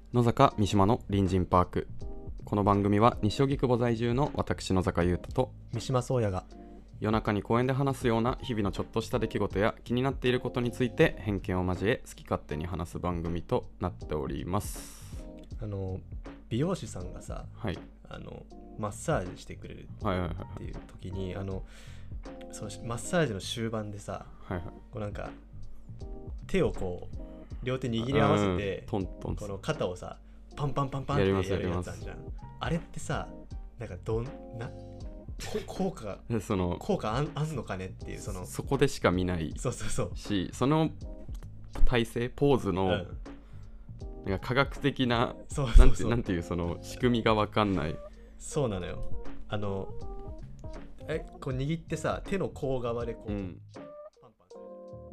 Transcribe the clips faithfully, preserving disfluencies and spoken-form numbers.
野坂三島の隣人パーク。この番組は西荻窪在住の私野坂優太と三島宗也が夜中に公園で話すような日々のちょっとした出来事や気になっていることについて偏見を交え好き勝手に話す番組となっております。 あの美容師さんがさ、 はい、 あのマッサージしてくれるっていう時に、あのそのマッサージの終盤でさ、 はいはい、 こうなんか手をこう両手握り合わせて、 トントンこの肩をさパンパンパンパンってやるやつあるじゃん。あれってさ、なんかどんな効果がその効果あ ん, あんのかねっていう、そのそこでしか見ないそうそうそうし、その体勢ポーズの、うん、なんか科学的なそうそうそうなんて、なんていうその仕組みが分かんない。 そうなのよ。あのえこう握ってさ、手の甲側でこう、うん、パンパンする、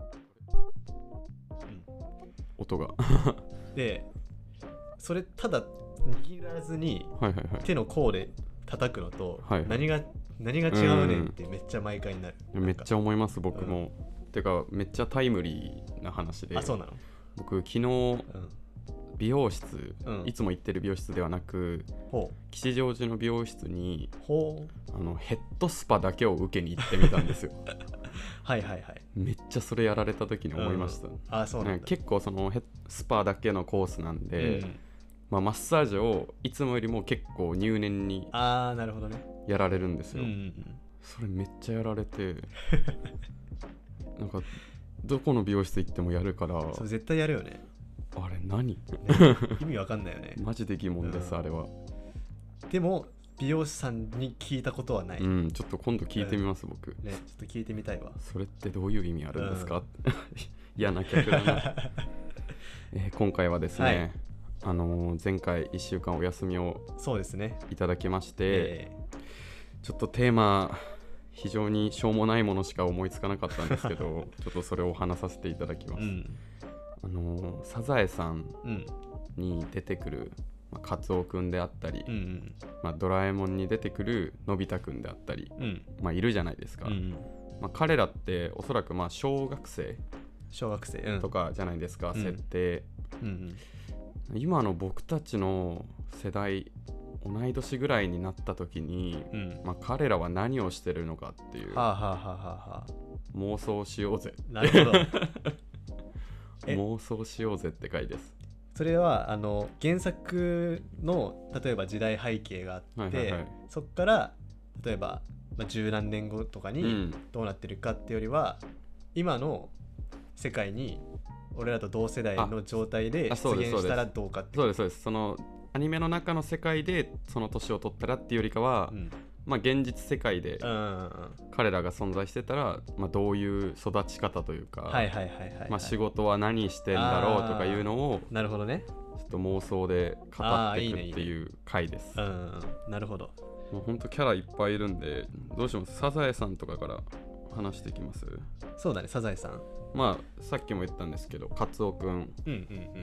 うん、 音がでそれただ握らずに手の甲で叩くのと、はいはい、何が何が違うねんってめっちゃ毎回になる。 うん、めっちゃ思います僕も、うん、てかめっちゃタイムリーな話で。 あ、そうなの。 僕昨日、うん美容室、うん、いつも行ってる美容室ではなく吉祥寺の美容室にあのヘッドスパだけを受けに行ってみたんですよはいはいはい。 めっちゃそれやられた時に思いました、うん、 あ、そうなんだ。 結構そのヘッスパだけのコースなんで、うんまあ、マッサージをいつもよりも結構入念にあーなるほどねやられるんですよ、 うんうん、 それめっちゃやられてなんかどこの美容室行ってもやるから。 それ絶対やるよね。 あれ何、ね、 意味わかんないよねマジで疑問です、うん、あれは。 でも美容師さんに聞いたことはない。 うん、ちょっと今度聞いてみます、うん、僕ね、ちょっと聞いてみたいわ。 それってどういう意味あるんですか、うん、嫌な客だな、えー、今回はですね、はい、あのー、前回いっしゅうかんお休みをそうですねいただきまして、えー、ちょっとテーマ非常にしょうもないものしか思いつかなかったんですけどちょっとそれを話させていただきます、うん、あのサザエさんに出てくる、まあ、カツオくんであったり、うんうんまあ、ドラえもんに出てくるのび太くんであったり、うんまあ、いるじゃないですか、うんうんまあ、彼らっておそらくまあ小学生小学生、うん、 とかじゃないですか、うん、設定、うんうん、今の僕たちの世代同い年ぐらいになった時に、うんまあ、彼らは何をしてるのかっていう、 はあはあはあはあ、 妄想しようぜ。 なるほど妄想しようぜって回です。 それはあの原作の例えば時代背景があって、はいはいはい、そこから例えば、まあ、十何年後とかにどうなってるかっていうよりは、うん、今の世界に俺らと同世代の状態で出現したらどうかって。 そうですそうです。そのアニメの中の世界でその年を取ったらっていうよりかは、うんまあ、現実世界で彼らが存在してたら、まあ、どういう育ち方というか仕事は何してんだろうとかいうのをなるほどね、 ちょっと妄想で語っていくっていう回です。 いいねいいね、うん、なるほど。 もうほんとキャラいっぱいいるんで、どうします？サザエさんとかから話していきます？ そうだね、サザエさん。 まあさっきも言ったんですけどカツオくん、うんうんうん、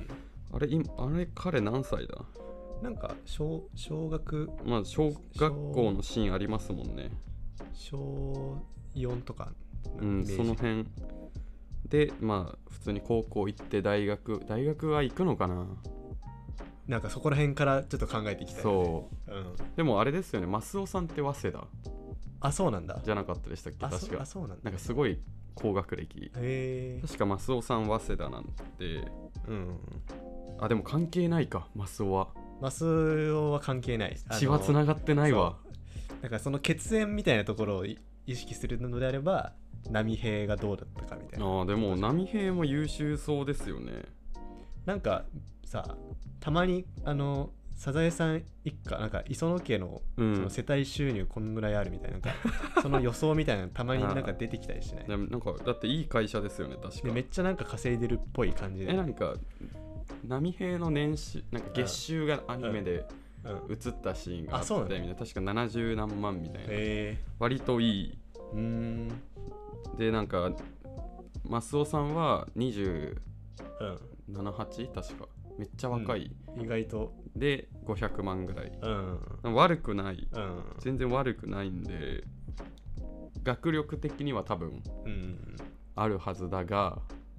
あれあれ彼何歳だ？ なんか 小, 小学まあ小学校のシーンありますもんね。 小よんとかうんその辺で、まあ普通に高校行って大学大学は行くのかな。 なんかそこら辺からちょっと考えていきたい、ね、 そう、うん、でもあれですよね、マスオさんって早稲田あそうなんだじゃなかったでしたっけ。確かあそうなんだ、 なんかすごい高学歴。 へ確かマスオさん早稲田なんで、うん、あでも関係ないか。マスオはマスオは関係ない。 血はつながってないわ。 だからその血縁みたいなところを意識するのであれば波平がどうだったかみたいな。 あでも波平も優秀そうですよね。 なんかさたまにあのサザエさん一家なんか磯野家 の, その世帯収入こんぐらいあるみたいな、うん、なんかその予想みたいなのたまになんか出てきたりしない？ でもなんかだっていい会社ですよね確か。 めっちゃなんか稼いでるっぽい感じで。 えなんか波平の年収なんか月収がアニメで映ったシーンがあって、うんうん、みたいな確かななじゅうなんまんみたいな、えー、割といい。うーんでなんかマスオさんはにじゅうなな、はち確かめっちゃ若い、 うん、意外とでごひゃくまんぐらい、うん、悪くない、うん、全然悪くないんで学力的には多分、うん、あるはずだが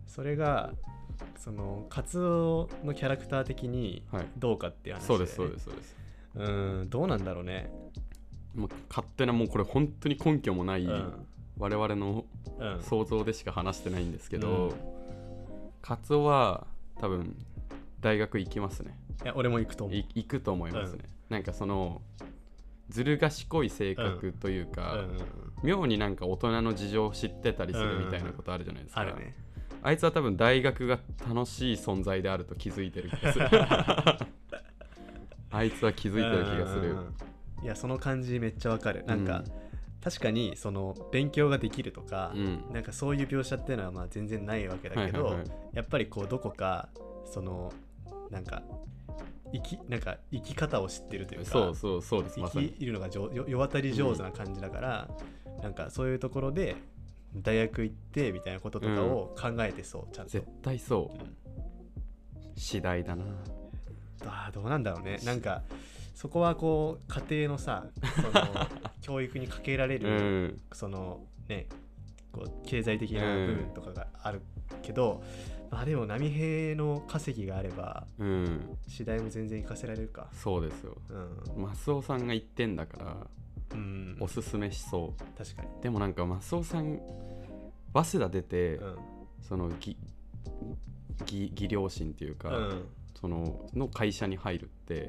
それがそのカツオのキャラクター的にどうかっていう話で、ね、 はい、そうですそうですそうです。 うんどうなんだろうね。 もう勝手なもうこれ本当に根拠もない、うん、我々の想像でしか話してないんですけど、うん、カツオは多分大学行きますね。 いや俺も行くと思う。 行くと思いますね、うん、なんかそのずる賢い性格というか、うんうんうん、妙になんか大人の事情を知ってたりするみたいなことあるじゃないですか、うんうん、あるね。あいつは多分大学が楽しい存在であると気づいてる気がするあいつは気づいてる気がする、うんうんうん、いやその感じめっちゃわかる。なんか、うん、確かにその勉強ができるとか、うん、なんかそういう描写っていうのはまあ全然ないわけだけど、はいはいはい、やっぱりこうどこかそのなんか生きなんか生き方を知ってるというか、 そうそうそうです、 まさに生きるのが上世渡り上手な感じだから、うん、なんかそういうところで大学行ってみたいなこととかを考えてそう、うん、ちゃんと絶対そう、うん、次第だなあ。どうなんだろうね。なんかそこはこう家庭のさその教育にかけられる、うん、そのねこう経済的な部分とかがあるけど、うん、まあでも波平の稼ぎがあれば、うん、次第も全然活かせられるか。 そうですよ、うん、マスオさんが言ってんだから、うん、おすすめしそう。 確かに。 でもなんかマスオさん早稲田出て、うん、その技技量心っていうか、うん、そのの会社に入るって、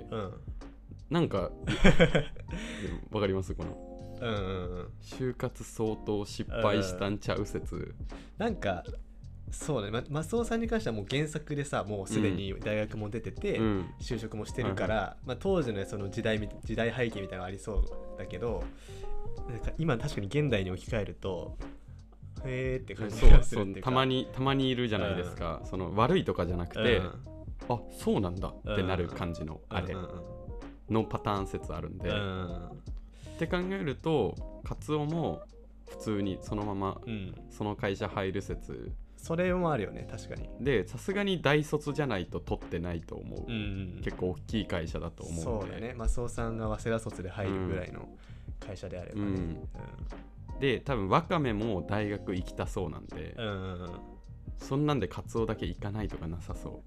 うん、なんかわかりますこの、うんうんうん、就活相当失敗したんちゃう説、うん、 なんかそうね、ま、マスオさんに関してはもう原作でさもうすでに大学も出てて、うん、就職もしてるから、うんまあ、当時のその時代時代背景みたいなのがありそうだけど、なんか今確かに現代に置き換えるとへーって感じがするっていうか、 たまにたまにいるじゃないですか、うん、その悪いとかじゃなくて、うん、あそうなんだってなる感じのあれのパターン説あるんで、うん、って考えるとカツオも普通にそのままその会社入る説、 それもあるよね。確かに。 でさすがに大卒じゃないと取ってないと思う、うんうん、結構大きい会社だと思うんで。 そうだね。マスオさんが早稲田卒で入るぐらいの会社であればね、うんうんで多分ワカメも大学行きたそうなんで、うんうんうん、そんなんでカツオだけ行かないとかなさそう。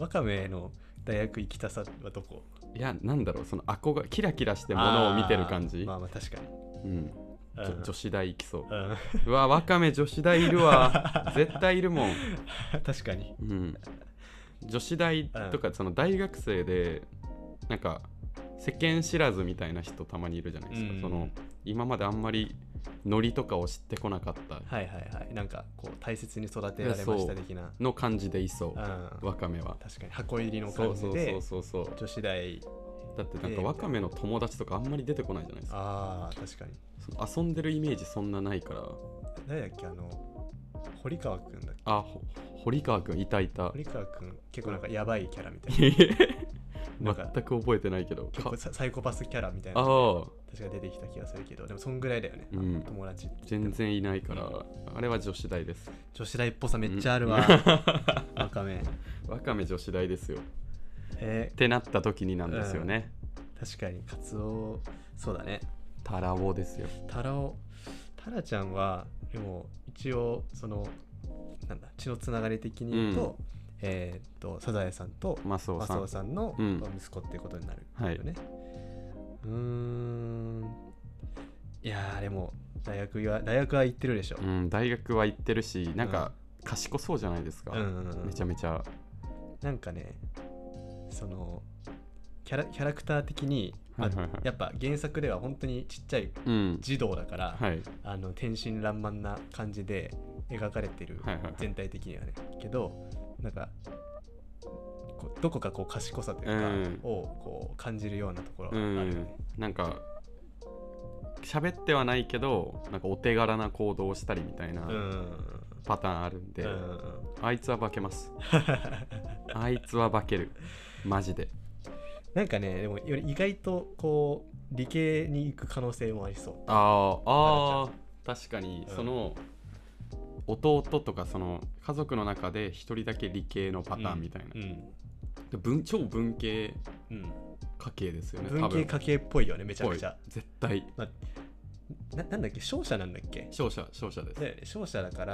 ワカメの大学行きたさはどこ？ いやなんだろう、その憧れキラキラしてものを見てる感じ。 まあまあ確かに、 うんうん、女子大行きそう、うん、うわワカメ女子大いるわ絶対いるもん確かに、うん、 女子大とかその大学生でなんか世間知らずみたいな人たまにいるじゃないですか、うん、その今まであんまりノリとかを知ってこなかった、 はいはいはい、なんかこう大切に育てられました的なの感じでいそう、うん、ワカメは確かに箱入りの感じで女子大だってなんかワカメの友達とかあんまり出てこないじゃないですか。 あー確かに。 その遊んでるイメージそんなないから。 誰だっけ、あの堀川くんだっけ。 あ堀川くんいたいた。 堀川くん結構なんかヤバいキャラみたいな全く覚えてないけど結構サイコパスキャラみたいな、 あ確か出てきた気がするけど、でもそんぐらいだよね、うん、友達全然いないから、うん、あれは女子大です。 女子大っぽさめっちゃあるわ、うん、ワカメワカメ女子大ですよ、えー、ってなった時になんですよね、 うん、確かにカツオそうだね、 タラオですよ。 タラオタラちゃんはでも一応そのなんだ血のつながり的に言うと、うんえー、っとサザエさんとマスオさん、さんの息子っていうことになるよね、うん、うーんいやーでも大学は大学は行ってるでしょ、 うん、大学は行ってるしなんか賢そうじゃないですか、うんうんうん、めちゃめちゃなんかねそのキャラ、キャラクター的に、まあはいはいはい、やっぱ原作では本当にちっちゃい児童だから、うんはい、あの天真爛漫な感じで描かれてる、はいはいはい、全体的にはねけどなんかこうどこかこう賢さというか、うん、をこう感じるようなところがあるよね、 うん、なんか喋ってはないけどなんかお手柄な行動をしたりみたいなパターンあるんで、うん、あいつは化けますあいつは化けるマジで。 なんかねでも意外とこう理系に行く可能性もありそう。 ああ確かに、うん、その弟とかその家族の中で一人だけ理系のパターンみたいな、うんうん、文超文系家系ですよね、 うん、文系家系っぽいよねめちゃくちゃ絶対、 まあ、な, なんだっけ商社なんだっけ。 商社商社です、 ね、商社だから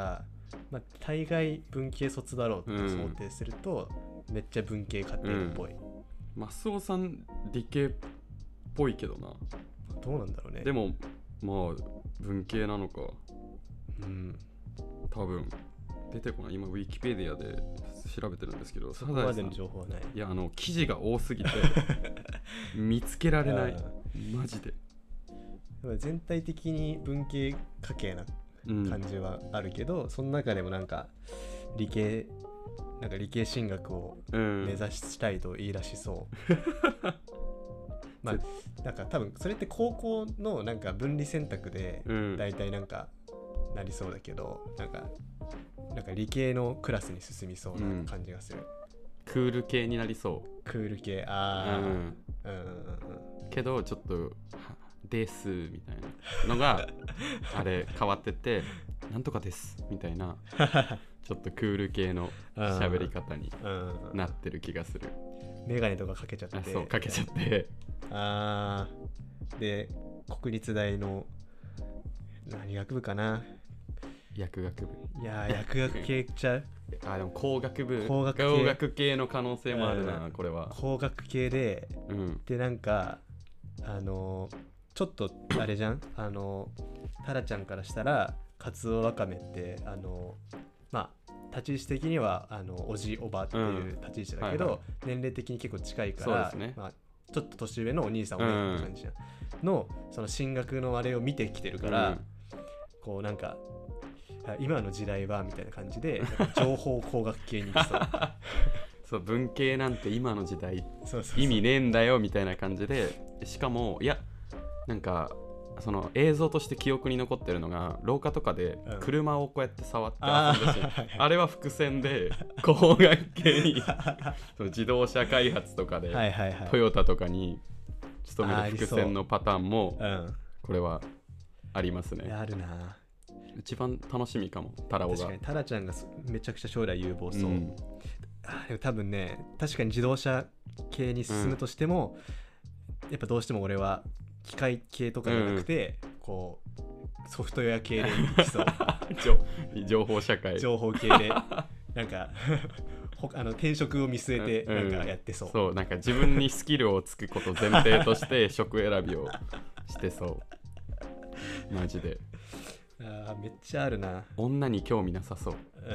まあ、大概文系卒だろうと想定すると、うん、めっちゃ文系家庭っぽい、うん、 マスオさん理系っぽいけどな。 どうなんだろうね。 でもまあ文系なのか。 うん多分出てこない。今ウィキペディアで調べてるんですけど、 そこまでの情報はない。 いやあの記事が多すぎて見つけられないマジで。 全体的に文系家系な感じはあるけど、うん、その中でもなんか理系なんか理系進学を目指したいと言いらしそう、うん、まあなんか多分それって高校のなんか分離選択で大体なんかなりそうだけど、うん、なんかなんか理系のクラスに進みそうな感じがする、うん、 クール系になりそう。 クール系ああ、うんうんうんうん、 けどちょっとですみたいなのがあれ変わっててなんとかですみたいなちょっとクール系の喋り方になってる気がする。 メガネとかかけちゃって。 そうかけちゃってあーで国立大の何学部かな。 薬学部。 いや薬学系ちゃうあでも工学部工学系工学系の可能性もあるな、うん、これは工学系で、うん、でなんかあのちょっとあれじゃんあのタラちゃんからしたらカツオワカメってあのまあ立ち位置的にはあのおじおばっていう立ち位置だけど、うんはいはい、年齢的に結構近いから、ねまあ、ちょっと年上のお兄さんお姉さんって感じじゃん、うん、のその進学のあれを見てきてるから、うん、こうなんか今の時代はみたいな感じで情報工学系に行きそうそう文系なんて今の時代意味ねえんだよみたいな感じで、しかもいやなんかその映像として記憶に残ってるのが廊下とかで車をこうやって触って遊んでし、うん、あ, あれは伏線で工学系にその自動車開発とかではいはい、はい、 トヨタとかに勤める伏線のパターンもこれはありますね。 あるな。 一番楽しみかもタラオが。 確かにタラちゃんがめちゃくちゃ将来有望そう、うん、あでも多分ね確かに自動車系に進むとしても、うん、やっぱどうしても俺は機械系とかじゃなくて、うん、こうソフトウェア系でいきそう情報社会情報系でなんかあの転職を見据えてなんかやってそう、 うん、そうなんか自分にスキルをつくこと前提として職選びをしてそうマジで。 あめっちゃあるな。 女に興味なさそう、 うん、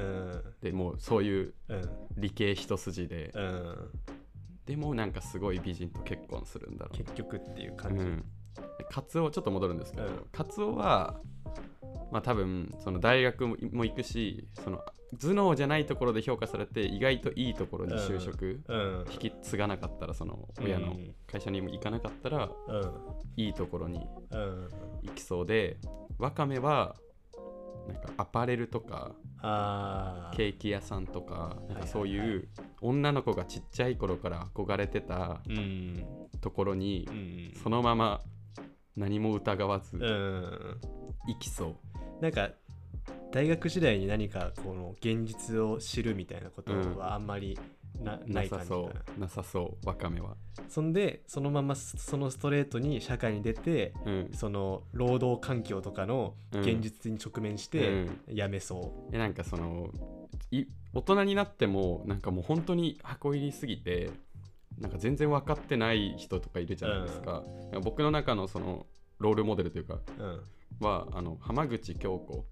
でもうそういう理系一筋で、うん、でもなんかすごい美人と結婚するんだろう結局っていう感じ、うん、 カツオちょっと戻るんですけど、うん、カツオはまあ多分その大学も行くしその頭脳じゃないところで評価されて意外といいところに就職、うん、引き継がなかったらその親の会社にも行かなかったら、うん、いいところに行きそうで、ワカメはなんかアパレルとかケーキ屋さんとか、なんかそういう女の子がちっちゃい頃から憧れてたところにそのまま何も疑わず行きそう。 なんか大学時代に何かこの現実を知るみたいなことはあんまり な,、うん、ない感じかな。 なさそうワカメは。 そんでそのままそのストレートに社会に出て、うん、その労働環境とかの現実に直面して辞めそう、 うん、えなんかそのい大人になってもなんかもう本当に箱入りすぎてなんか全然分かってない人とかいるじゃないですか、うん、僕の中のそのロールモデルというか、うんはあの浜口京子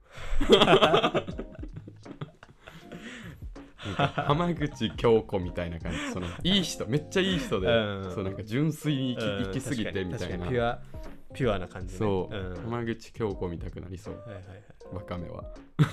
浜口京子みたいな感じ。そのいい人めっちゃいい人で、うん、そうなんか純粋に生き、うん、すぎてみたいなピュアピュアな感じ、ね、 そう、うん、浜口京子見たくなりそう、はいはいはい、ワカメは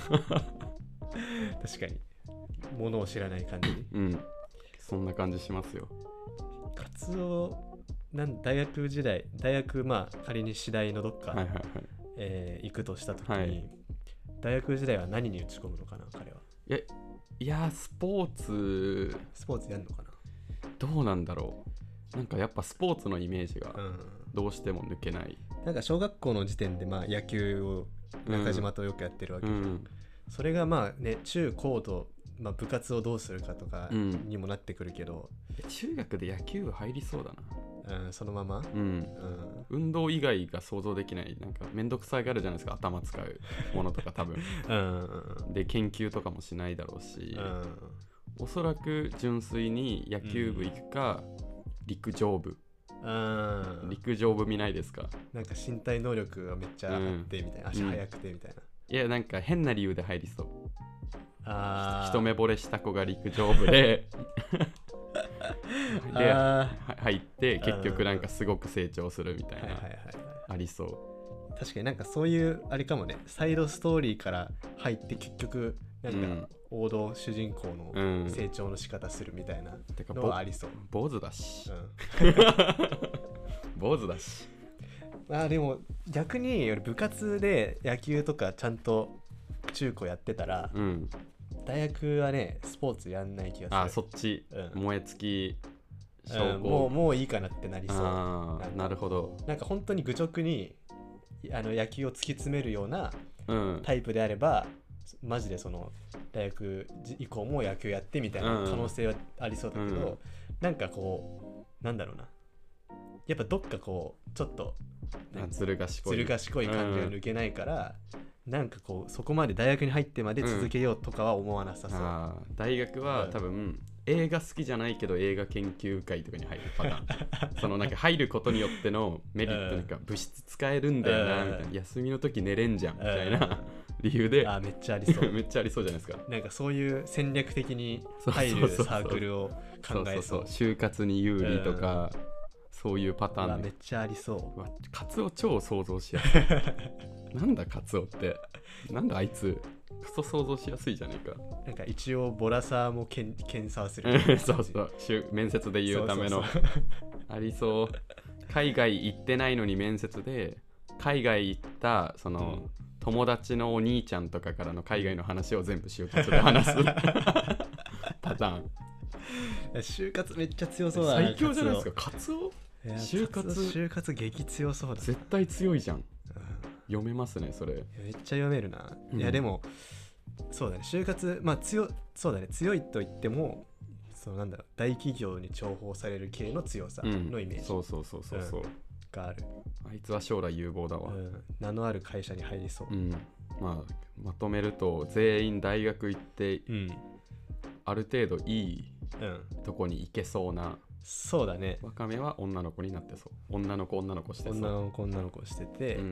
確かに物を知らない感じうんそんな感じしますよ。 カツオなん大学時代大学まあ仮に次第のどっか、はいはいはいえー、行くとしたときに、はい、大学時代は何に打ち込むのかな彼は。 いや、いやスポーツスポーツやるのかな。 どうなんだろう。なんかやっぱスポーツのイメージがどうしても抜けない、 うん、なんか小学校の時点でまあ野球を中島とよくやってるわけ、うんうん、それがまあね中高と、まあ、部活をどうするかとかにもなってくるけど、 うん、中学で野球部入りそうだな。 うん、そのまま、 うんうん、運動以外が想像できない、なんかめんどくさがるじゃないですか、頭使うものとか多分うんで研究とかもしないだろうし、うん、おそらく純粋に野球部行くか、うん、陸上部、うん、陸上部見ないですか？ なんか身体能力がめっちゃあってみたいな、うん、足速くてみたいな、 いやなんか変な理由で入りそう。あ一目惚れした子が陸上部でで入って結局なんかすごく成長するみたいなありそう。 確かになんかそういうあれかもね、サイドストーリーから入って結局なんか王道主人公の成長の仕方するみたいなのはありそう、うん、 坊主だし、うん、坊主だしあでも逆に部活で野球とかちゃんと中高やってたら、うん、大学はねスポーツやんない気がする。 あそっち、うん、燃え尽き証拠、うん、もうもういいかなってなりそう。 あな, なるほど。 なんか本当に愚直にあの野球を突き詰めるようなタイプであれば、うん、マジでその大学以降も野球やってみたいな可能性はありそうだけど、うん、なんかこうなんだろうな、やっぱどっかこうちょっとずる賢いずる賢い感じが抜けないから、うん、なんかこうそこまで大学に入ってまで続けようとかは思わなさそう、うん、 あ大学は多分、うん、映画好きじゃないけど映画研究会とかに入るパターンそのなんか入ることによってのメリットなんか物質使えるんだよなみたいな、休みの時寝れんじゃんみたいな理由で、 あめっちゃありそうめっちゃありそうじゃないですか。 なんかそういう戦略的に入るサークルを考えそう。 就活に有利とか、そういうパターン、 ね、めっちゃありそう。 カツオ超想像しやすいなんだカツオって、なんだあいつクソ想像しやすいじゃねえか。 なんか一応ボラサーも検査するそうそう面接で言うためのありそう。海外行ってないのに面接で海外行ったその、うん、友達のお兄ちゃんとかからの海外の話を全部就活で話すパターン。 就活めっちゃ強そうだな。最強じゃないですか。カツオ就活就活激強そうだ。 絶対強いじゃん、うん、読めますねそれ。 めっちゃ読めるな、うん、いやでもそうだね、就活まあ強そうだね、強いと言ってもそのなんだろう、大企業に重宝される系の強さのイメージ、うん、 そうそうそうそうそう、うん、 がある。 あいつは将来有望だわ、うん、 名のある会社に入りそう、 うん、まあまとめると全員大学行って、うん、ある程度いい、うん、とこに行けそうな。 そうだね。 ワカメは女の子になってそう。女の子女の子してそう。 女の子女の子してて、うん、うん、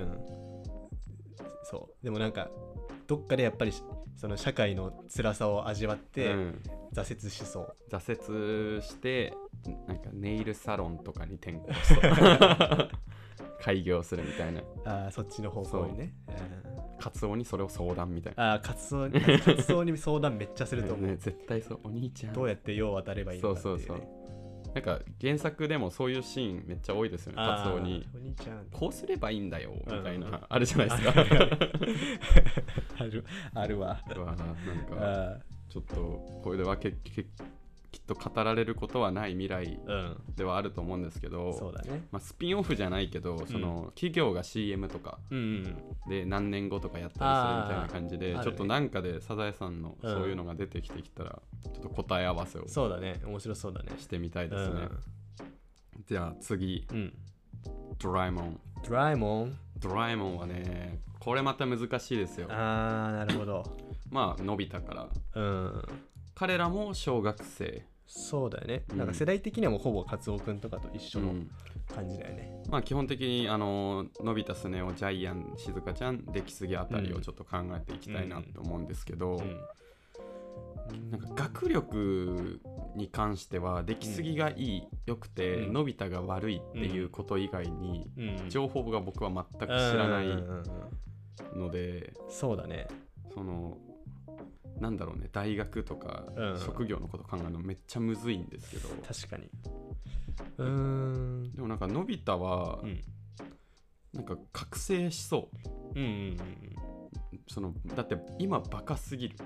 そうでもなんかどっかでやっぱりその社会の辛さを味わって挫折しそう、 うん、挫折してなんかネイルサロンとかに転校しそう開業するみたいな。 あそっちの方向にね。 カツオにそれを相談みたいな。 あカツオにカツオに相談めっちゃすると思う、 ね、絶対そう。お兄ちゃんどうやって用を渡ればいいのかっていう、ね、 そうそうそう。なんか原作でもそういうシーンめっちゃ多いですよね。カツオにお兄ちゃんこうすればいいんだよみたいな、うん、あるじゃないですか。 あるあるわ。 うわなんかちょっとこれではけけきっと語られることはない未来ではあると思うんですけど、 うん、そうだね。 まあ、スピンオフじゃないけどその、うん、企業が シーエム とかで何年後とかやったりするみたいな感じで、ちょっとなんかでサザエさんのそういうのが出てきてきたら、うん、ちょっと答え合わせをそうだね、面白そうだね、 してみたいですね、うん、じゃあ次、うん、ドラえもんドラえもんドラえもんはねこれまた難しいですよ。 あーなるほど。 まあのび太から、うん、彼らも小学生。 そうだよね、うん、なんか世代的にはもうほぼカツオくんとかと一緒の感じだよね、 うん、まあ基本的にあののび太スネ夫ジャイアンしずかちゃん出来すぎあたりをちょっと考えていきたいなと思うんですけど、うんうん、なんか学力に関しては出来すぎがいい、うん、よくて、うん、のび太が悪いっていうこと以外に、うん、情報が僕は全く知らないので、 そうだね、 そのなんだろうね、大学とか職業のこと考えるのめっちゃむずいんですけど、うん、 確かに。うーんでもなんかのび太は、うん、なんか覚醒しそう、うんうんうん、そのだって今バカすぎる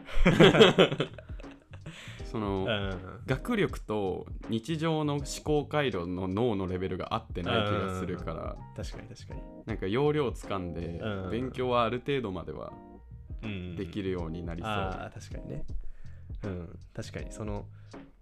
その、うん、学力と日常の思考回路の脳のレベルが合ってない気がするから、 うん、確かに確かに。 なんか要領をつかんで、うん、勉強はある程度まではできるようになりそう、うん、 あ確かにね、うん、確かにその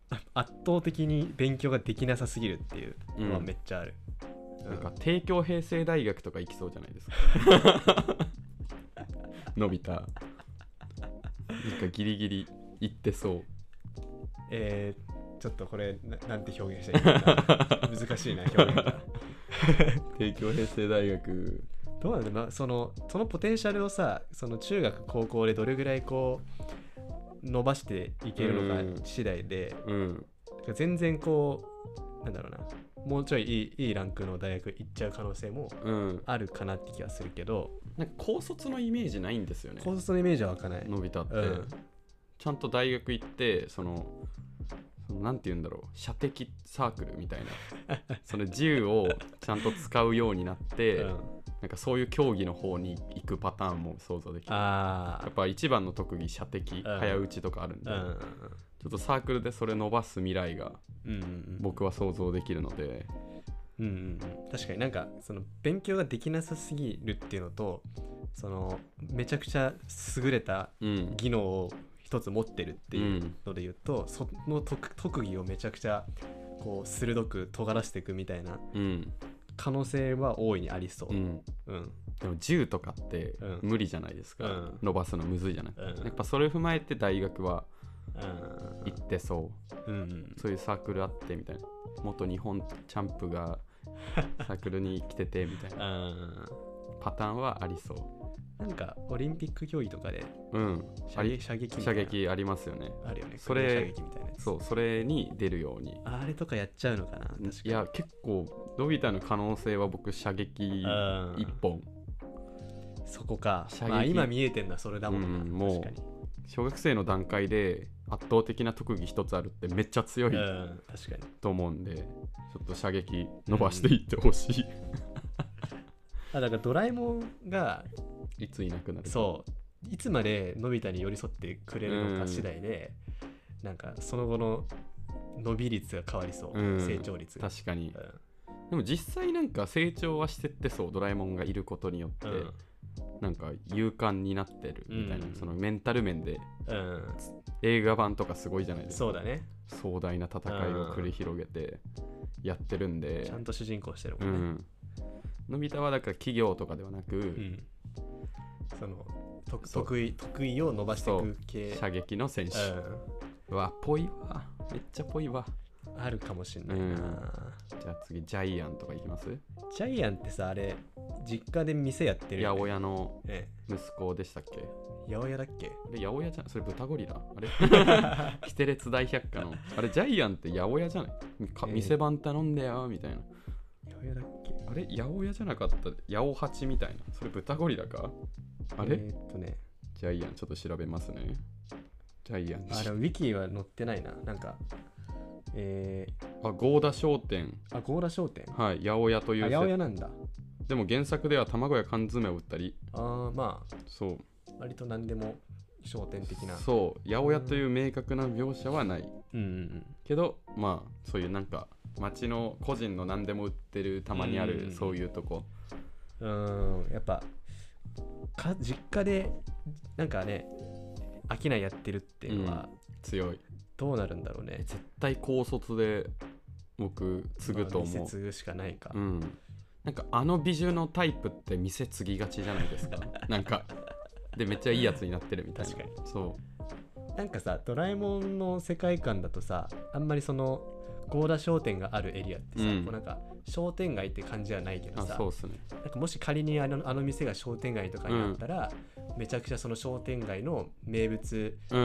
圧倒的に勉強ができなさすぎるっていうのはめっちゃある、 うん、なんか帝京平成大学とか行きそうじゃないですかのび太なんかギリギリ行ってそう。 えー、ちょっとこれ な, なんて表現したらいいかな難しいな表現が帝京平成大学どうなんだろうな、そのそのポテンシャルをさ、その中学高校でどれぐらいこう伸ばしていけるのか次第で、うん、全然こうなんだろうな、もうちょいいいいいランクの大学行っちゃう可能性もあるかなって気がするけど、 うん、なんか高卒のイメージないんですよね。 高卒のイメージは湧かない。 のび太って、うん、ちゃんと大学行ってそのなんて言うんだろう、射的サークルみたいなその銃をちゃんと使うようになって、うん、なんかそういう競技の方に行くパターンも想像できる。あ、やっぱ一番の特技射的、うん、早打ちとかあるんで、うん、ちょっとサークルでそれ伸ばす未来が僕は想像できるので、 うんうんうん、確かになんかその勉強ができなさすぎるっていうのと、そのめちゃくちゃ優れた技能を一つ持ってるっていうので言うと、うん、その 特, 特技をめちゃくちゃこう鋭く尖らせていくみたいな可能性は大いにありそう、うんうん、でも銃とかって無理じゃないですか、うん、伸ばすのむずいじゃない、うん、やっぱそれを踏まえて大学は行ってそう、うんうん、そういうサークルあってみたいな、元日本チャンプがサークルに来ててみたいなパターンはありそう。 なんかオリンピック競技とかで、 うん、 射撃射撃みたいな、 射撃ありますよね。 あるよね。 それ射撃みたいなやつ。 そう、それに出るように。 あれとかやっちゃうのかな。確かに。 いや結構のび太の可能性は僕射撃一本。 そこか。まあ今見えてんのはそれだもんな。うん、もう確かに小学生の段階で圧倒的な特技一つあるってめっちゃ強い、うん、 確かにと思うんで、ちょっと射撃伸ばしていってほしい、うん、 あ、だからドラえもんがいついなくなる、 そういつまでのび太に寄り添ってくれるのか次第で、うん、なんかその後の伸び率が変わりそう、うん、成長率確かに、うん、でも実際なんか成長はしてってそう、ドラえもんがいることによって、うん、なんか勇敢になってるみたいな、うん、そのメンタル面で、うん、映画版とかすごいじゃないですか。 そうだね、 壮大な戦いを繰り広げてやってるんで、 ちゃんと主人公してるもんね、うん、 のび太はだから企業とかではなく、うん、 その得意得意を伸ばしていく系、 射撃の選手、うん、うわぽいわ、めっちゃぽいわ、 あるかもしんないな、うん、 じゃあ次ジャイアンとかいきます。 ジャイアンってさ、あれ実家で店やってるよ、 ね、八百屋の息子でしたっけ、 八百屋だっけ、 あれ八百屋じゃん、それ豚ゴリラ、あれキテレツ大百科のあれジャイアンって八百屋じゃないか、店番頼んでよみたいな、 八百屋だっけ、 あれ八百屋じゃなかった、八百八みたいな、それ豚ゴリラか、あれ、 えー、っとねジャイアンちょっと調べますね。ジャイアン、 あれウィキは載ってないな、なんかえー、あ、合田商店、 あ、合田商店、 はい、八百屋という、 あ、八百屋なんだ。 でも原作では卵や缶詰を売ったり、 ああ、まあそう割と何でも商店的な、 そう八百屋という明確な描写はない、うんうんうん、けどまあそういうなんか町の個人の何でも売ってるたまにある、うんうん、そういうとこ、 うーん、やっぱか実家でなんかね商いやってるっていうのは、うん、 強い。 どうなるんだろうね。 絶対高卒で僕継ぐと思う、 まあ、店継ぐしかないか、 うん、なんかあの美女のタイプって店継ぎがちじゃないですかなんかでめっちゃいいやつになってるみたいな。 確かに。 そうなんかさ、ドラえもんの世界観だとさ、あんまりその合田商店があるエリアってさ、うん、こうなんか商店街って感じはないけどさ、 あ、そうっすね、 なんかもし仮にあの、あの店が商店街とかになったら、うん、めちゃくちゃその商店街の名物、うん、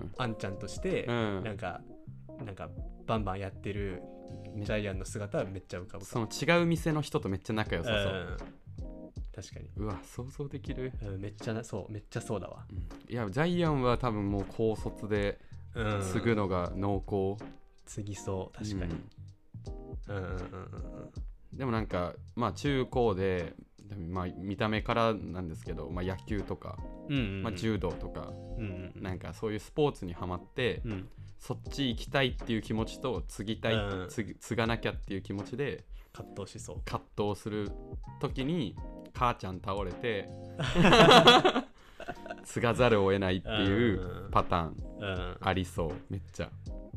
あんちゃんとして、うん、なんかなんかバンバンやってるジャイアンの姿はめっちゃ浮かぶか。 その違う店の人とめっちゃ仲良さそう、うん、 確かに。 うわ、想像できる、 うん、めっちゃそう、めっちゃそうだわ、うん、 いやジャイアンは多分もう高卒で継ぐのが濃厚、うん、 継ぎそう、確かに、うん、うんうんうんうん。 でもなんかまあ中高で、まあ、見た目からなんですけど、まあ、野球とか、うんうんうん、まあ、柔道とか、うんうん、なんかそういうスポーツにはまって、うん、そっち行きたいっていう気持ちと継ぎたい、うん、継, 継がなきゃっていう気持ちで葛藤しそう。 葛藤する時に母ちゃん倒れて継がざるを得ないっていうパターンありそう、めっちゃ。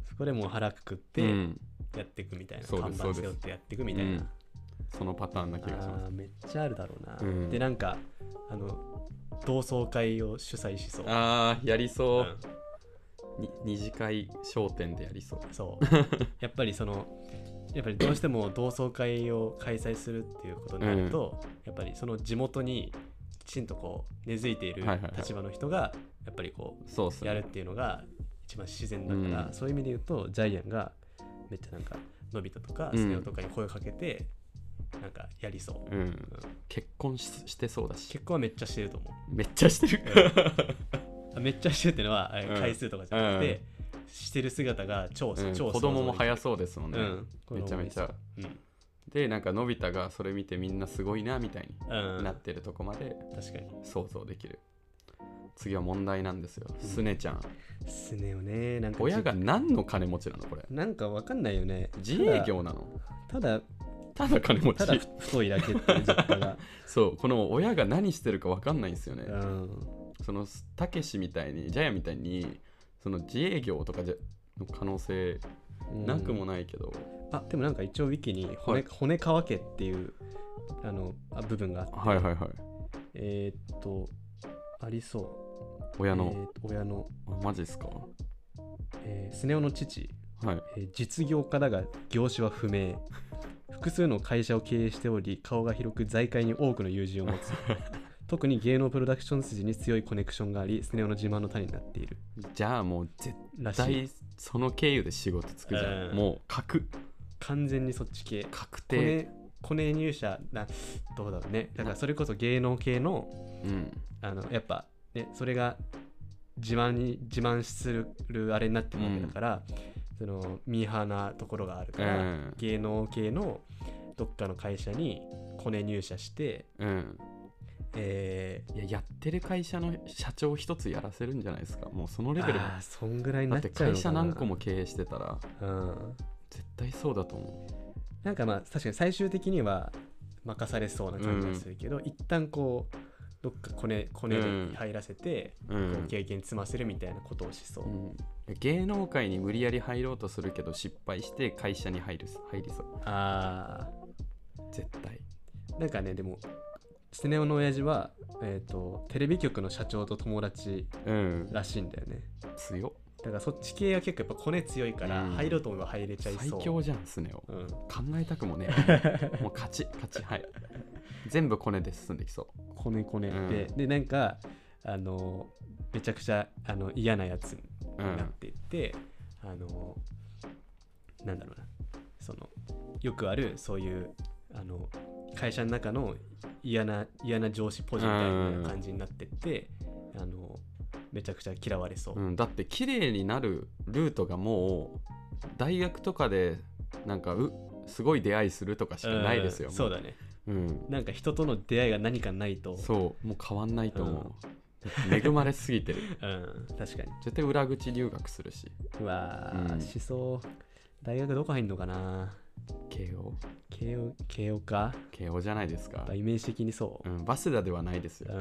そこでもう腹くくってやっていくみたいな、 うん、 看板背負ってやっていくみたいな、うん、 そのパターンな気がします。 あめっちゃあるだろうな、うん、でなんかあの同窓会を主催しそう。 あーやりそう、うん、に二次会商店でやりそう。 そうやっぱりそのやっぱりどうしても同窓会を開催するっていうことになると、うん、やっぱりその地元にきちんとこう根付いている立場の人がやっぱりこうやるっていうのが一番自然だから、うん、そういう意味で言うとジャイアンがめっちゃなんかのび太とかスネ夫とかに声をかけてなんかやりそう、 うんうん、結婚 し, してそうだし。 結婚はめっちゃしてると思う。 めっちゃしてる、 うん、めっちゃしてるっていうのは回数とかじゃなくて、うんしてる姿が超、うん、超子供も早そうですもんね、 うん、 めちゃめちゃ、うん、でなんかのび太がそれ見てみんなすごいなみたいになってるとこまで確かに想像できる。次は問題なんですよ、うん、スネちゃん。 スネをねなんか親が何の金持ちなのこれ。 なんかわかんないよね。 自営業なの。 ただただ金持ち。 ただ太いだけっていう実家がそうこの親が何してるかわかんないんですよね、 うん、 そのたけしみたいにジャイアンみたいにその自営業とかじゃの可能性なくもないけど、 うん、あでもなんか一応ウィキに 骨,、はい、骨川家っていうあのあ部分があって、 はいはいはい、 えー、っとありそう親の、 えー、親のあマジですか、 えー、スネ夫の父、 はいえー、実業家だが業種は不明複数の会社を経営しており顔が広く財界に多くの友人を持つ特に芸能プロダクション筋に強いコネクションがありスネ夫の自慢の種になっている。 じゃあもう絶対その経由で仕事つくじゃん、うん、もう確完全にそっち系確定。 コネ入社などうだろうね。だからそれこそ芸能系の、 うん、 あのやっぱねそれが自慢に自慢するあれになってるわけだから、うん、そのミーハーなところがあるから、うん、芸能系のどっかの会社にコネ入社して、 うんえー、いややってる会社の社長一つやらせるんじゃないですか。もうそのレベル。 あそんぐらいになっちゃうのかな。 だって会社何個も経営してたら、 うん、 絶対そうだと思う。 なんかまあ確かに最終的には任されそうな感じがするけど、うん、一旦こうどっかコネコネで入らせて、うん、こう経験積ませるみたいなことをしそう、 うん、芸能界に無理やり入ろうとするけど失敗して会社に入る入りそう。 あー絶対なんかね。でもスネ夫の親父は、えーと、テレビ局の社長と友達らしいんだよね、 うん、強っ。 だからそっち系は結構やっぱコネ強いから入ろうと思えば入れちゃいそう、 最強じゃんスネ夫、うん、考えたくもねもう勝ち勝ち。はい全部コネで進んできそう。 コネコネで、うん、でなんかあのめちゃくちゃあの嫌なやつになっていって、うん、あのなんだろうなそのよくあるそういうあの会社の中の嫌な嫌な上司ポジみたいな感じになってって、うん、あのめちゃくちゃ嫌われそう、 うん、だって綺麗になるルートがもう大学とかでなんかうすごい出会いするとかしかないですよ、 うん、そうだね、 うん、 なんか人との出会いが何かないとそうもう変わんないと思う、うん、恵まれすぎてる、 うん、確かに絶対裏口留学するし。 うわー、うん、しそう。大学どこ入んのかな。 慶応慶応慶応か。 慶応じゃないですか。 イメージ的にそう、 うん、バスダではないですよ、 うん、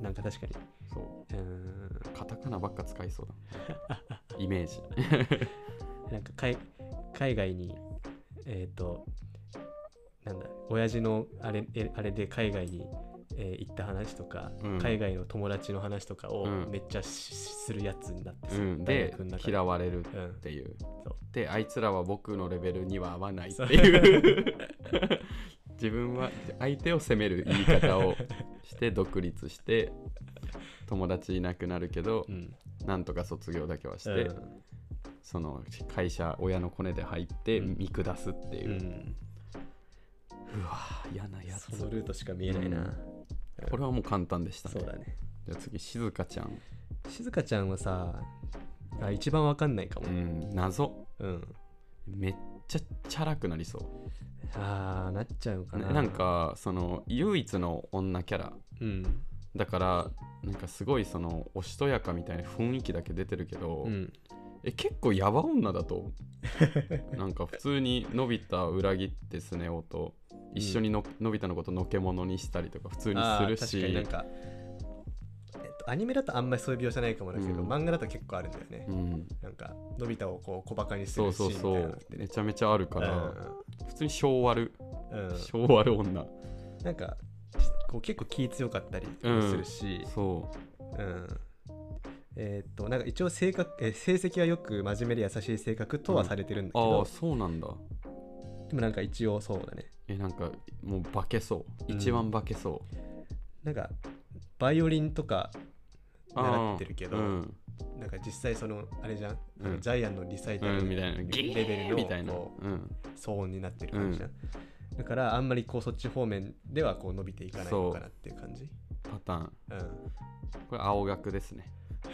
なんか確かにそう、 うん、 カタカナばっか使いそうだイメージなんか海海外にえっ、ー、となんだ親父のあれあれで海外に、えー、行った話とか、うん、海外の友達の話とかをめっちゃするやつになって、 うん、で嫌われるっていう、うん、そうであいつらは僕のレベルには合わないっていう自分は相手を責める言い方をして独立して友達いなくなるけど、うん、なんとか卒業だけはして、うん、その会社親のコネで入って見下すっていう、うんうん、うわ嫌なやつ。 そのルートしか見えないな、うん、 これはもう簡単でしたね。 そうだね。 じゃあ次静香ちゃん。 静香ちゃんはさあ一番わかんないかも、 うん、謎、 うん、 めっちゃチャラくなりそう。 あーなっちゃうかな。 なんかその唯一の女キャラ、 うん、 だからなんかすごいそのおしとやかみたいな雰囲気だけ出てるけど、うん、え結構ヤバ女だとなんか普通にのび太裏切ってスネ夫と一緒にの、うん、のび太のことのけ者にしたりとか普通にするし、 確かになんかとアニメだとあんまりそういう描写ないかもだけど、 うん、 漫画だと結構あるんだよね、 うん、 なんかのび太をこう小バカにするシーンみたいなのって、ね、 そうそうそうめちゃめちゃあるから、 うん、 普通に性悪、 うん、 性悪女なんかこう結構気強かったりするし、 うん、そう、 うん、えー、っとなんか一応性格え成績はよく真面目で優しい性格とはされてるんだけど、 うん、ああそうなんだ。 でもなんか一応そうだね、 えなんかもう化けそう、一番化けそう、 なんかバイオリンとか習ってるけど、 うん、 なんか実際そのあれじゃん、 うん、 ジャイアンのリサイタルみたいなレベルのみたいな、 こう、うん、騒音になってる感じじゃん、うん、だからあんまりこうそっち方面ではこう伸びていかないのかなっていう感じパターン、 うん、 これ青学ですね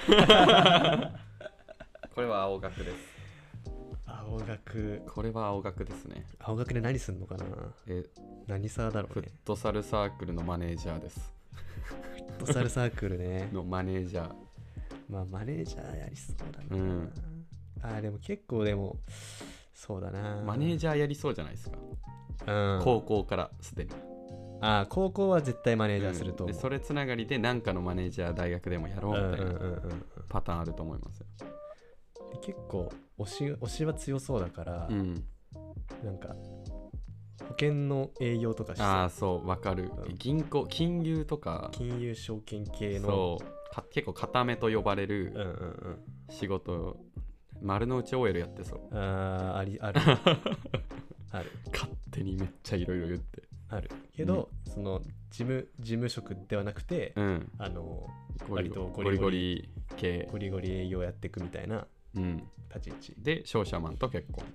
これは青学です。 青学、 これは青学ですね。 青学で何すんのかな。え何サーだろうね。 フットサルサークルのマネージャーです。 フットサルサークルねのマネージャー。 まあマネージャーやりそうだな、 うん、 あでも結構でもそうだな、 マネージャーやりそうじゃないですか、 うん、 高校からすでに。 あ高校は絶対マネージャーすると思う、 うん、でそれつながりで何かのマネージャー大学でもやろうみたいなパターンあると思いますよ。 結構推し、推しは強そうだから、うん、なんか保険の営業とかして、 ああそうわかる、うん、銀行金融とか金融証券系のそう結構固めと呼ばれる仕事、うんうんうん、丸の内 オーエル やってそう。 ああありあるある勝手にめっちゃいろいろ言ってあるけど、うん、その事務事務職ではなくて、うん、あの割とゴリゴリ系ゴリゴリ営業やっていくみたいな立ち位置、うん、で商社マンと結婚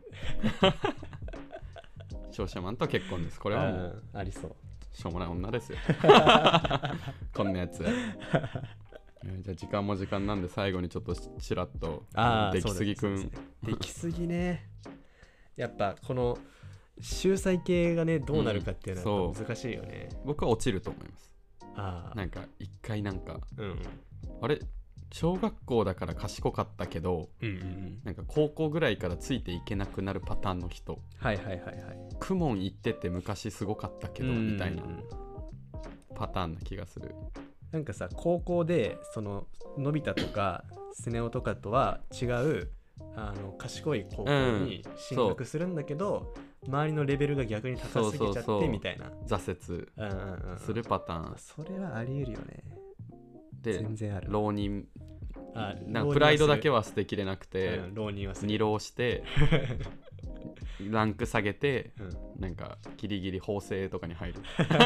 商社マンと結婚です。これはもうあ, ありそうしょうもない女ですよこんなやつじゃあ時間も時間なんで最後にちょっとちらっと出来すぎくん出来すぎねやっぱこの秀才系がねどうなるかっていうのは難しいよね、 うん、僕は落ちると思います。 あなんか一回なんか、 うん、 あれ小学校だから賢かったけど、うんうんうん、なんか高校ぐらいからついていけなくなるパターンの人、 はいはいはいはい、 公文行ってて昔すごかったけど、うんうんうん、みたいなパターンな気がする。 なんかさ高校でそののび太とかスネ夫とかとは違うあの賢い高校に進学するんだけど、うん、周りのレベルが逆に高すぎちゃってみたいな挫折するパターン、うんうんうん、 それはあり得るよね。 で全然ある。 浪人あなんかプライドだけは捨てきれなくて、 うん、浪人はする二浪してランク下げて、うん、なんかギリギリ法政とかに入る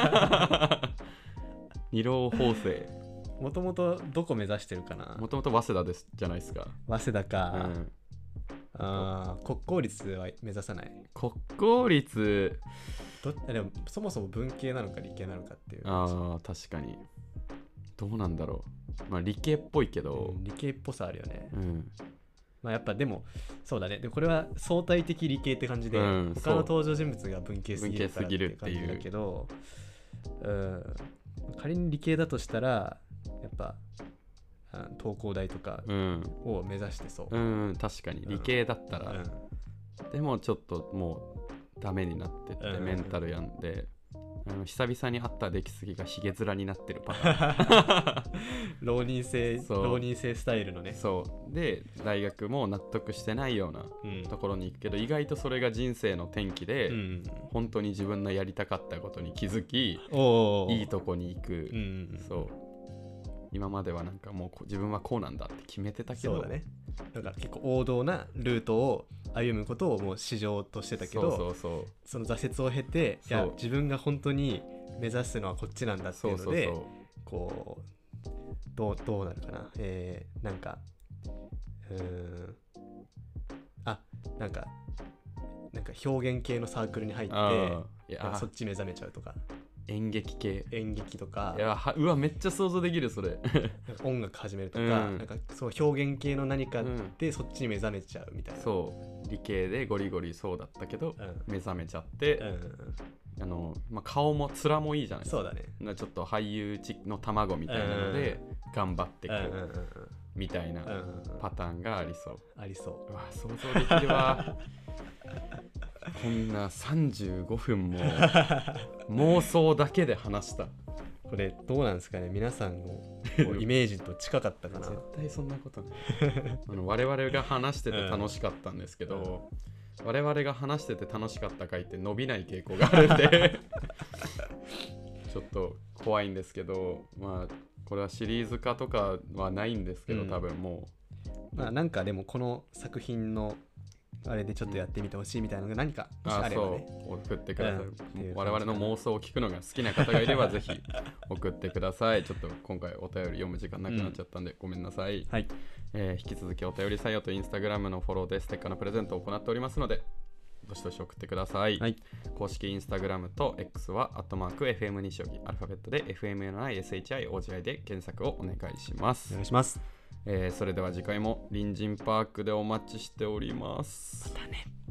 二浪法政もともとどこ目指してるかな。 もともと早稲田ですじゃないですか。 早稲田か、うん、あ国公立は目指さない。 国公立どでもそもそも文系なのか理系なのかっていう。 あ確かにどうなんだろう。まあ理系っぽいけど、 うん、理系っぽさあるよね、 うん、 まあやっぱでもそうだね。でこれは相対的理系って感じで、うん、他の登場人物が文系すぎるからっていう感じだけど、うん、仮に理系だとしたらやっぱ東工大とかを目指してそう、 うんうん、確かに理系だったら、うん、でもちょっともうダメになってって、うん、メンタルやんであの久々に会った出来すぎがヒゲ面になってるパターン浪人生浪人生スタイルのね。 そうで大学も納得してないようなところに行くけど、うん、意外とそれが人生の転機で、うん、本当に自分のやりたかったことに気づき、うん、いいとこに行く、うん、そう今まではなんかもう自分はこうなんだって決めてたけど、 そうだね。だから結構王道なルートを歩むことをもう市場としてたけど、 そうそうそう、 その挫折を経ていや自分が本当に目指すのはこっちなんだっていうので、そうそうそう、こうどう、どうなるかな、えー、なんかうーんあなんかなんか表現系のサークルに入っていやそっち目覚めちゃうとか、 演劇系演劇とか、 いやはうわめっちゃ想像できるそれ音楽始めるとか、うん、なんかそう表現系の何かでそっちに目覚めちゃうみたいな、 うん、そう理系でゴリゴリそうだったけど、うん、目覚めちゃって、うん、あのまあ、顔も面もいいじゃないですか。 そうだね。 ちょっと俳優の卵みたいなので頑張っていくみたいなパターンがありそう。 ありそう。 うわ想像できるわこんなさんじゅうごふんも妄想だけで話した。 これどうなんですかね、皆さんのイメージと近かったかな。 絶対そんなことないあの我々が話してて楽しかったんですけど、うん、我々が話してて楽しかった回って伸びない傾向があるんでちょっと怖いんですけど、まあこれはシリーズ化とかはないんですけど、うん、多分もうまあなんかでもこの作品のあれでちょっとやってみてほしいみたいなのが何かもしあればね、 そう送ってください、うん、我々の妄想を聞くのが好きな方がいればぜひ送ってください。ちょっと今回お便り読む時間なくなっちゃったんで、うん、ごめんなさい、 はいえー、引き続きお便り採用とインスタグラムのフォローでステッカーのプレゼントを行っておりますのでどしどし送ってください、はい、公式インスタグラムと X はアットマーク エフエム 西荻アルファベットで エフエムエヌアイエスエイチアイオージーアイ で検索をお願いします。 お願いします。 えー、それでは次回も隣人パークでお待ちしております。 またね。